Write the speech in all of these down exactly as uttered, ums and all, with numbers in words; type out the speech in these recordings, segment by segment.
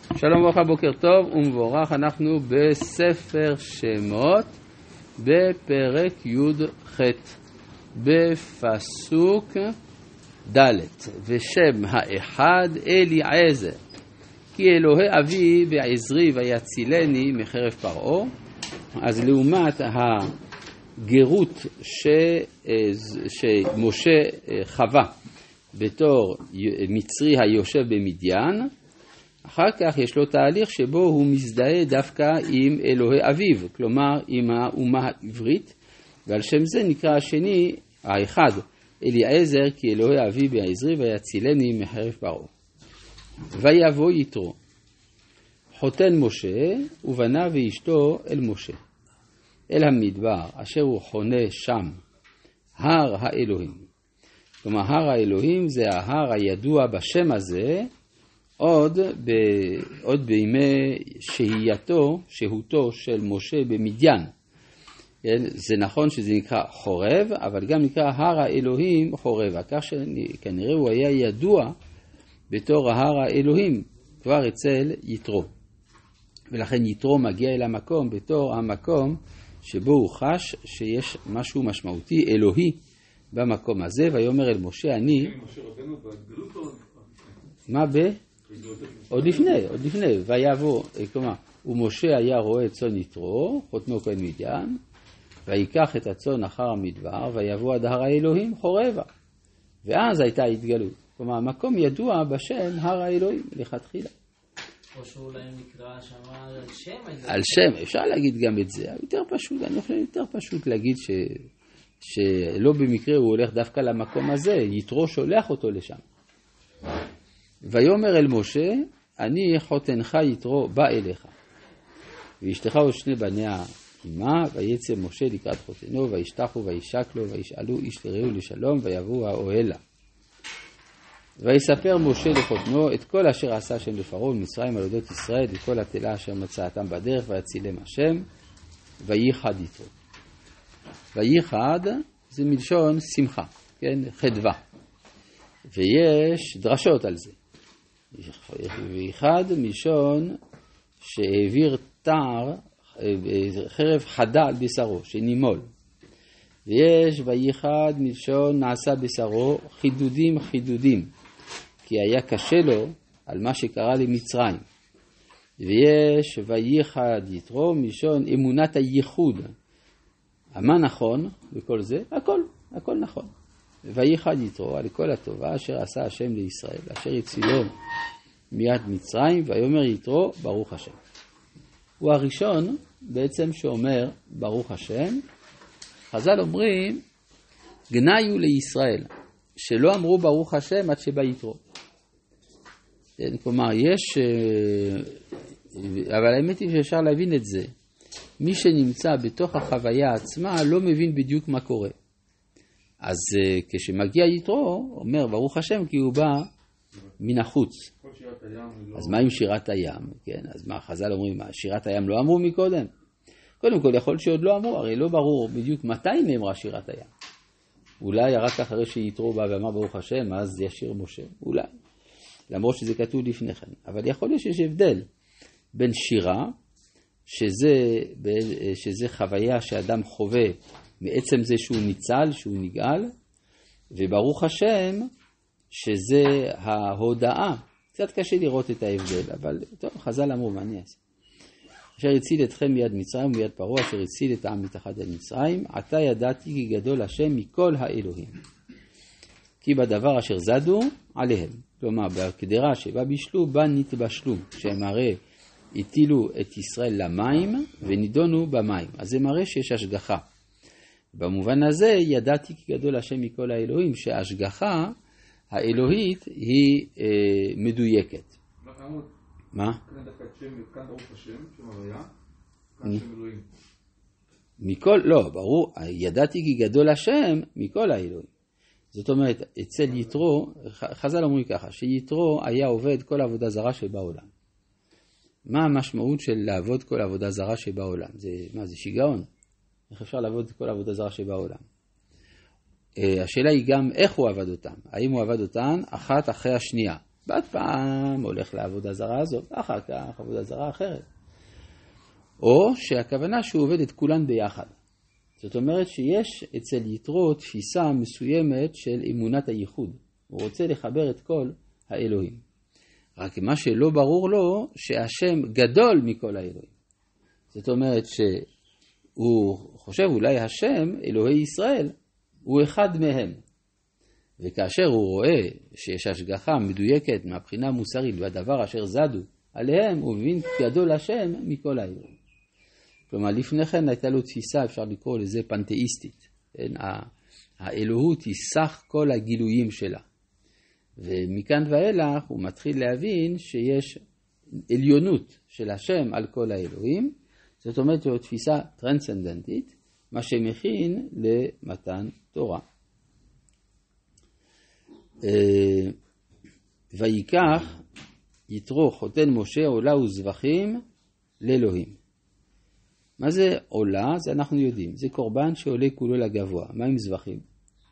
שלום וברכה, בוקר טוב ומבורך. אנחנו בספר שמות בפרק י"ח בפסוק ד' ושם האחד אליעזר, כי אלוהי אבי בעזרי ויצילני מחרב פרעה. אז לעומת הגרות ש... שמשה חווה בתור מצרי היושב במדיין, אחר כך יש לו תהליך שבו הוא מזדהה דווקא עם אלוהי אביו, כלומר עם האומה העברית, ועל שם זה נקרא השני, האחד, אליעזר, כי אלוהי אבי בעזרי ויצילני מחרב פרעה. ויבוא יתרו, חותן משה ובנה ואשתו אל משה, אל המדבר, אשר הוא חונה שם, הר האלוהים. כלומר, הר האלוהים זה ההר הידוע בשם הזה, עוד, ב, עוד בימי שהייתו, שהותו של משה במדיין. זה נכון שזה נקרא חורב, אבל גם נקרא הר האלוהים חורב, כך שכנראה הוא היה ידוע בתור הר האלוהים כבר אצל יתרו. ולכן יתרו מגיע אל המקום בתור המקום שבו הוא חש שיש משהו משמעותי אלוהי במקום הזה, ויאמר אל משה אני... מה ב... עוד לפני, עוד לפני, ויבוא, כלומר, ומשה היה רואה צאן יתרו, חותנו כהן מדיין, ויקח את הצאן אחר המדבר, ויבוא עד הר האלוהים חורבה. ואז הייתה התגלות. כלומר, המקום ידוע בשם הר האלוהים, לכתחילה. או שאולי נקרא שם על שם. על שם, אפשר להגיד גם את זה. יותר פשוט, אני חושב יותר פשוט להגיד ש... שלא במקרה הוא הולך דווקא למקום הזה, יתרו שולח אותו לשם. ויאמר אל משה, אני חותנך יתרו בא אליך. ואשתך ושני בניה עמה, ויצא משה לקראת חותנו, וישתחו וישק לו, וישאלו איש לרעהו לשלום, ויבואו האוהלה. ויספר משה לחותנו את כל אשר עשה השם לפרעה ומצרים על אודות ישראל, את כל התלה אשר מצאתם בדרך, ויצילם השם, וייחד איתו. וייחד זה מלשון שמחה, כן? חדווה. ויש דרשות על זה. וייחד מלשון שהעביר תער, חרב חדה על בשרו, שנימול. ויש וייחד מלשון נעשה בשרו חידודים חידודים, כי היה קשה לו על מה שקרה למצרים. ויש וייחד יתרו מלשון אמונת הייחוד. מה נכון בכל זה? הכל, הכל נכון. וייחד יתרו על כל הטובה אשר עשה השם לישראל, אשר הצילו מיד מצרים, ויאמר יתרו ברוך השם. הוא הראשון בעצם שאומר ברוך השם. חז"ל אומרים, גנאי הוא לישראל, שלא אמרו ברוך השם עד שבא יתרו. כלומר, יש, אבל האמת היא שאפשר להבין את זה. מי שנמצא בתוך החוויה עצמה לא מבין בדיוק מה קורה. אז כשמגיע יתרו, אומר ברוך השם כי הוא בא מן החוץ. אז מה עם שירת הים? כן, אז מה, חז"ל אומרים, מה, שירת הים לא אמרו מקודם? קודם כל, יכול שעוד לא אמרו, הרי לא ברור בדיוק מתי נאמרה שירת הים. אולי רק אחרי שיתרו בא ואמר ברוך השם, אז ישיר משה. אולי. למרות שזה כתוב לפני כן. אבל יכול להיות שיש הבדל בין שירה, שזה, שזה חוויה שאדם חווה מעצם זה שהוא ניצל, שהוא נגאל, וברוך השם שזה ההודעה. קצת קשה לראות את ההבדל, אבל טוב, חז"ל אמרו, מה אני אעשה? אשר הציל אתכם מיד מצרים ומיד פרעה, אשר הציל את העם מתחת אל מצרים, עתה ידעתי כי גדול השם מכל האלוהים. כי בדבר אשר זדו עליהם, כלומר, בקדרה שבה בישלו, בה נתבשלו, שהם הרי הטילו את ישראל למים ונידונו במים. אז זה מראה שיש השגחה. במובן הזה ידעתי כי גדול השם מכל האלוהים, שההשגחה האלוהית היא אה, מדויקת. מה? כאן דווקא את שם, כאן ברוך השם, שם הוויה, כאן שם אלוהים. מכל, לא, ברור, ידעתי כי גדול השם מכל האלוהים. זאת אומרת, אצל יתרו, חז"ל אומרים ככה, שיתרו היה עובד כל עבודה זרה שבעולם. מה המשמעות של לעבוד כל עבודה זרה שבעולם? זה, מה, זה שיגעון? איך אפשר לעבוד כל עבודה זרה שבעולם? השאלה היא גם איך הוא עבד אותם. האם הוא עבד אותן אחת אחרי השנייה? בעד פעם הולך לעבודה זרה הזאת, אחר כך עבודה זרה אחרת. או שהכוונה שהוא עובד את כולן ביחד. זאת אומרת שיש אצל יתרו תפיסה מסוימת של אמונת הייחוד. הוא רוצה לחבר את כל האלוהים. רק מה שלא ברור לו, שהשם גדול מכל האלוהים. זאת אומרת שהוא חושב אולי השם, אלוהי ישראל, הוא אחד מהם. וכאשר הוא רואה שיש השגחה מדויקת מהבחינה המוסרית והדבר אשר זדו עליהם, הוא מבין גדול השם מכל האלוהים. כלומר, לפני כן הייתה לו תפיסה, אפשר לקרוא לזה פנתאיסטית. האלוהות היא סך כל הגילויים שלה. ומכאן ואילך הוא מתחיל להבין שיש עליונות של השם על כל האלוהים. זאת אומרת, זו תפיסה טרנסצנדנטית, מה שמכין למתן תורה. ויקח יתרו חותן משה עולה וזבחים לאלוהים. מה זה עולה? זה אנחנו יודעים. זה קורבן שעולה כולו לגבוה. מה עם זבחים?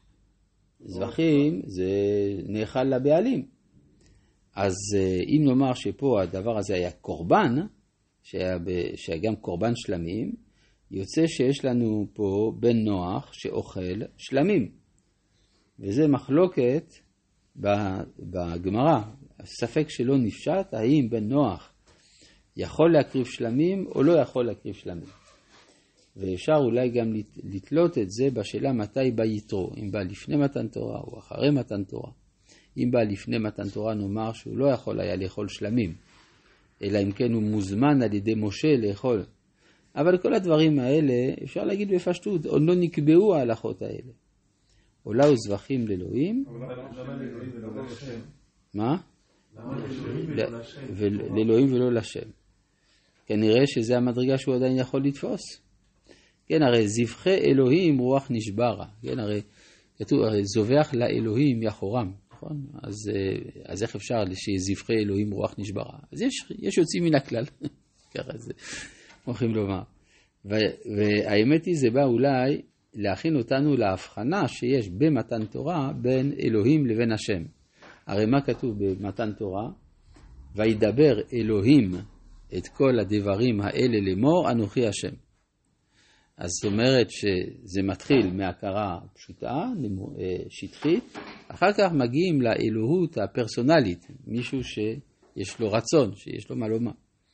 זבחים זה נאכל לבעלים. אז אם נאמר שפה הדבר הזה היה קורבן, שהיה, ב... שהיה גם קורבן שלמים, יוצא שיש לנו פה בן נוח שאוכל שלמים. וזה מחלוקת בגמרא. הספק שלא נפשט, האם בן נוח יכול להקריב שלמים או לא יכול להקריב שלמים. ואפשר אולי גם לתלות את זה בשאלה מתי בא יתרו, אם בא לפני מתן תורה או אחרי מתן תורה. אם בא לפני מתן תורה נאמר שהוא לא יכול היה לאכול שלמים, אלא אם כן הוא מוזמן על ידי משה לאכול. אבל כל הדברים האלה אפשר להגיד בפשטות, עוד לא נקבעו ההלכות האלה. עולה וזבחים לאלוהים. אבל למה לאלוהים ולא לשם? מה? למה לאלוהים ולא לשם? לאלוהים ולא לשם. כנראה שזה המדרגה שהוא עדיין יכול לתפוס. כן, הרי זבחי אלוהים רוח נשברה. כן, הרי כתוב, הרי זובח לאלוהים יחורם. נכון? אז, אז איך אפשר שזבחי אלוהים רוח נשברה? אז יש, יש יוצאים מן הכלל. ככה זה, מוכרים לומר. והאמת היא, זה בא אולי להכין אותנו להבחנה שיש במתן תורה בין אלוהים לבין השם. הרי מה כתוב במתן תורה? וידבר אלוהים את כל הדברים האלה לאמור, אנוכי השם. אז זאת אומרת שזה מתחיל מהכרה פשוטה, שטחית, אחר כך מגיעים לאלוהות הפרסונלית, מישהו שיש לו רצון, שיש לו מה לומר.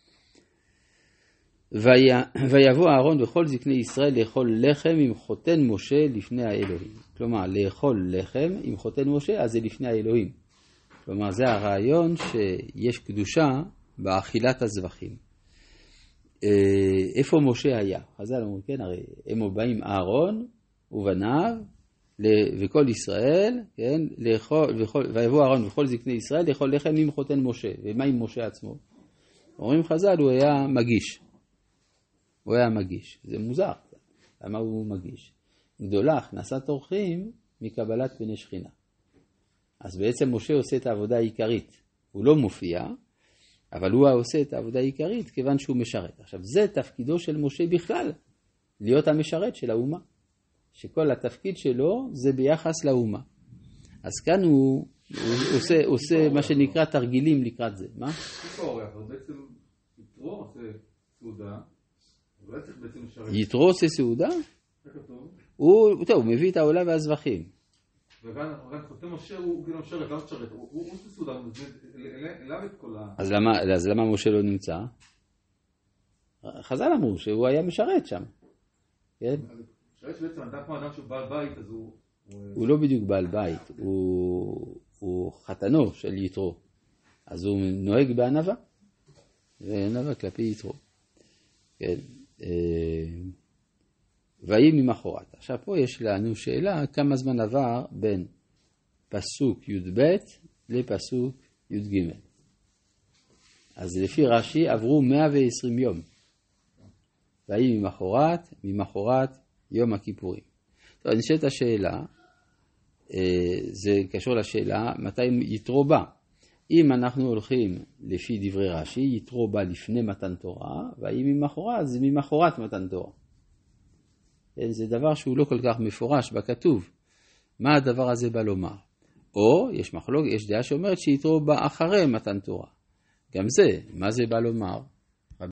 ויבוא אהרון וכל זקני ישראל לאכול לחם עם חותן משה לפני האלוהים. כלומר, לאכול לחם עם חותן משה, אז זה לפני האלוהים. כלומר, זה הרעיון שיש קדושה באכילת הזבחים. איפה משה היה? חז"ל אומרים, כן, הרי הם באים אהרון ובניו וכל ישראל, כן, לאכול, וכל, ויבוא אהרון וכל זקני ישראל לאכול לחם עם חותן משה. ומה עם משה עצמו? אומרים חז"ל, הוא היה מגיש. הוא היה מגיש. זה מוזר. למה הוא מגיש? גדולה הכנסת אורחים מקבלת פני שכינה. אז בעצם משה עושה את העבודה העיקרית. הוא לא מופיע, אבל הוא עושה את העבודה העיקרית כיוון שהוא משרת. עכשיו, זה תפקידו של משה בכלל, להיות המשרת של האומה. שכל התפקיד שלו זה ביחס לאומה. אז כאן הוא, הוא עושה, עושה מה שנקרא תרגילים לקראת זה. מה? אבל בעצם יתרו עושה סעודה, אבל צריך בעצם משרת. יתרו עושה סעודה? הוא, טוב, הוא מביא את העולה והזבחים. וגם חותם משה הוא כאילו משרת, לא משרת, הוא עושה סעודה, למה את כל ה... אז למה משה לא נמצא? חז"ל אמרו שהוא היה משרת שם. כן? משרת שבעצם אדם כמו אדם שהוא בעל בית, אז הוא... הוא לא בדיוק בעל בית, הוא חתנו של יתרו. אז הוא נוהג בענווה, וענווה כלפי יתרו. כן. ויהי ממחרת. עכשיו פה יש לנו שאלה כמה זמן עבר בין פסוק י"ב לפסוק י"ג. אז לפי רש"י עברו מאה ועשרים יום. ויהי ממחרת, ממחרת יום הכיפורים. טוב, אני שואל את השאלה, זה קשור לשאלה מתי יתרו בא. אם אנחנו הולכים לפי דברי רש"י, יתרו בא לפני מתן תורה, ויהי ממחרת, זה ממחרת מתן תורה. זה דבר שהוא לא כל כך מפורש בכתוב. מה הדבר הזה בא לומר? או יש מחלוק, יש דעה שאומרת שיתרו בא אחרי מתן תורה. גם זה, מה זה בא לומר?